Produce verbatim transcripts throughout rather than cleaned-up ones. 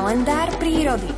Kalendár prírody.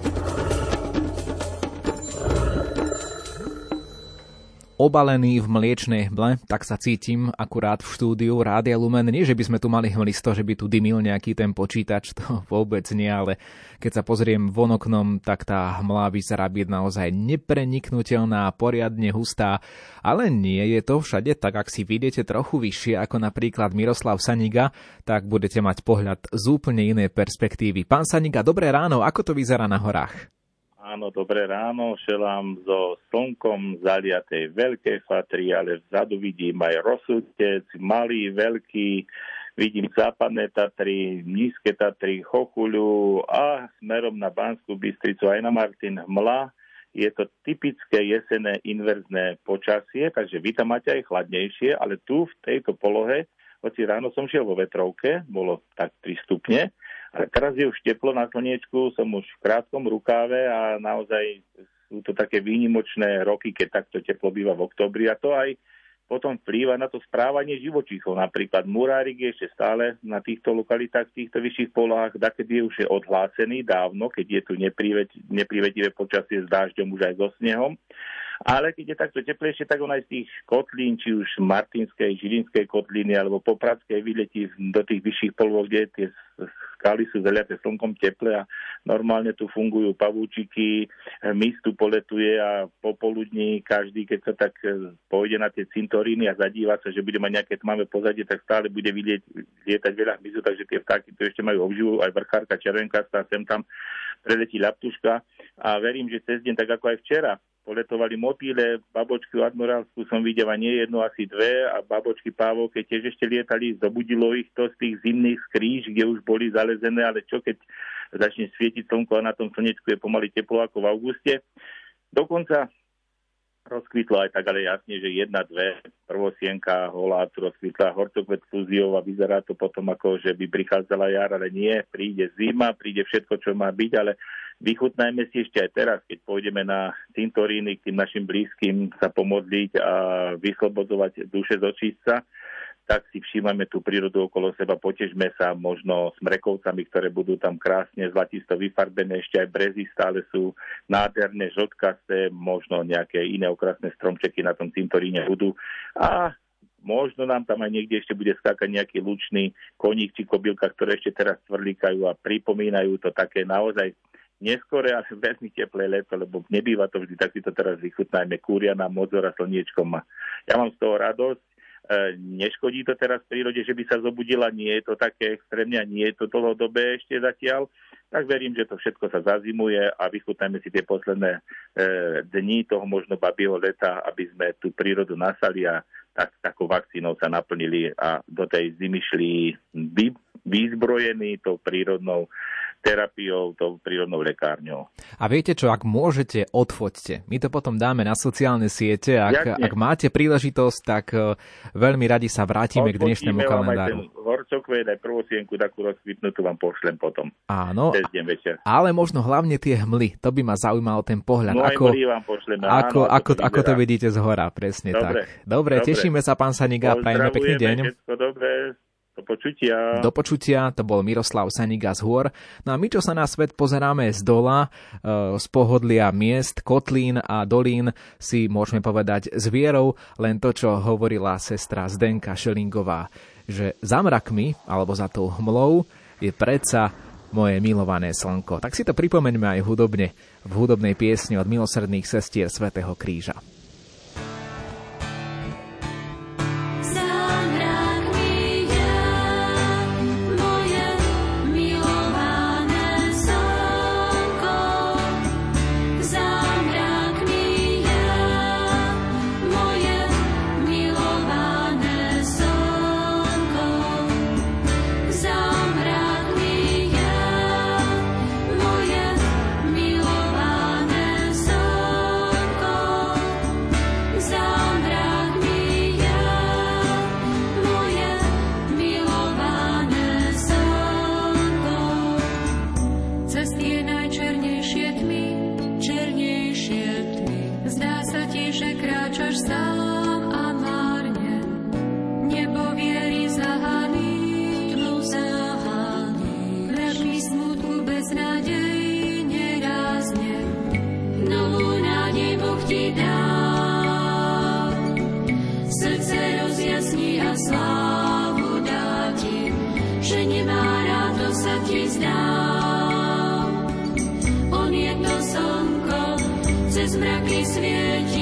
Obalený v mliečnej hmle, tak sa cítim akurát v štúdiu Rádia Lumen. Nie, že by sme tu mali hmlisto, že by tu dymil nejaký ten počítač, to vôbec nie, ale keď sa pozriem von oknom, tak tá hmla vyzerá byť naozaj nepreniknutelná, poriadne hustá. Ale nie je to všade, tak ak si vidíte trochu vyššie, ako napríklad Miroslav Saniga, tak budete mať pohľad z úplne inej perspektívy. Pán Saniga, dobré ráno, ako to vyzerá na horách? Áno, dobré ráno, šelám zo slnkom zaliatej Veľkej Fatry, ale vzadu vidím aj Rosútec, malý, veľký, vidím západné Tatry, nízke Tatry, Chochuľu a smerom na Banskú Bystricu aj na Martin hmla. Je to typické jesenné inverzné počasie, takže vy tam máte aj chladnejšie, ale tu v tejto polohe, hoci ráno som šiel vo vetrovke, bolo tak tri stupne, ale teraz je už teplo na slniečku, som už v krátkom rukáve a naozaj sú to také výnimočné roky, keď takto teplo býva v októbri a to aj potom vplýva na to správanie živočíchov. Napríklad murárik je ešte stále na týchto lokalitách, v týchto vyšších polohách, dakedy už je odhlásený dávno, keď je tu neprívetivé počasie s dážďom už aj so snehom. Ale keď je takto teplejšie, tak on aj z tých kotlín, či už Martinskej, Žilinskej kotliny alebo Popradskej vyletí do tých vyšších polôch, kde tie skaly sú zaliaté slnkom teple a normálne tu fungujú pavúčiky, mys tu poletuje a popoludní každý, keď sa tak pôjde na tie cintoríny a zadíva sa, že bude mať nejaké tmavé pozadie, tak stále bude vidieť lietať veľa hmyzu, takže tie vtáky tu ešte majú obživu, aj vrchárka červenkastá, sem tam preletí ľaptuška a verím, že cez deň, tak ako aj včera, poletovali motýle, babočky admirálsku som videl a nie jedno, asi dve a babočky pávovke tiež ešte lietali, zobudilo ich to z tých zimných skríž, kde už boli zalezené, ale čo keď začne svietiť slnko a na tom slnečku je pomaly teplo ako v auguste. Dokonca rozkvitlo aj tak, ale jasne, že jedna, dve, prvosienka, holá, rozkvitla horcokvet fúziov a vyzerá to potom ako, že by prichádzala jar, ale nie, príde zima, príde všetko, čo má byť, ale vychutnajme si ešte aj teraz, keď pôjdeme na cintoríny k tým našim blízkym sa pomodliť a vyslobodzovať duše z očistca, tak si všímame tú prírodu okolo seba, potežme sa možno smrekovcami, ktoré budú tam krásne zlatisto vyfarbené, ešte aj brezy stále sú nádherné, žltkasté, možno nejaké iné okrasné stromčeky na tom cintoríne budú a možno nám tam aj niekde ešte bude skákať nejaký lučný koník či kobylka, ktoré ešte teraz cvrlíkajú a pripomínajú to také naozaj neskore, ale veľmi teplé leto, lebo nebýva to vždy, tak si to teraz vychutnajme, kúria nám mozor a slniečkom. Ja mám z toho radosť. Neškodí to teraz v prírode, že by sa zobudila, nie je to také extrémne a nie je to dlhodobé ešte zatiaľ, tak verím, že to všetko sa zazimuje a vychutnajme si tie posledné e, dni toho možno babieho leta, aby sme tú prírodu nasali a tak, takou vakcínou sa naplnili a do tej zimy šli vy, vyzbrojení tou prírodnou terapiou, tou prírodnou lekárňou. A viete čo, ak môžete, odfoťte. My to potom dáme na sociálne siete. Ak, ak máte príležitosť, tak uh, veľmi radi sa vrátime k dnešnému kalendáru. Odfotíme vám aj ten horcokvet, aj prvosienku, takú rozkvitnutú vám pošlem potom. Áno, cez deň večer. Ale možno hlavne tie hmly. To by ma zaujímalo ten pohľad. No ako, aj vám pošleme. Ako, áno, ako, to, ako to vidíte z hora, presne dobre, tak. Dobre, dobre, tešíme sa, pán Saniga, prajeme pekný deň. Všetko dobré. Do počutia. Do počutia, to bol Miroslav Saniga z hôr. No a my, čo sa na svet pozeráme z dola, z pohodlia miest, kotlín a dolín, si môžeme povedať s vierou len to, čo hovorila sestra Zdenka Šelingová, že za mrakmi, alebo za tou hmlou, je predsa moje milované slnko. Tak si to pripomeňme aj hudobne, v hudobnej piesni od milosrdných sestier Svätého Kríža. vzdám. On je to slnko, cez mraky svieti.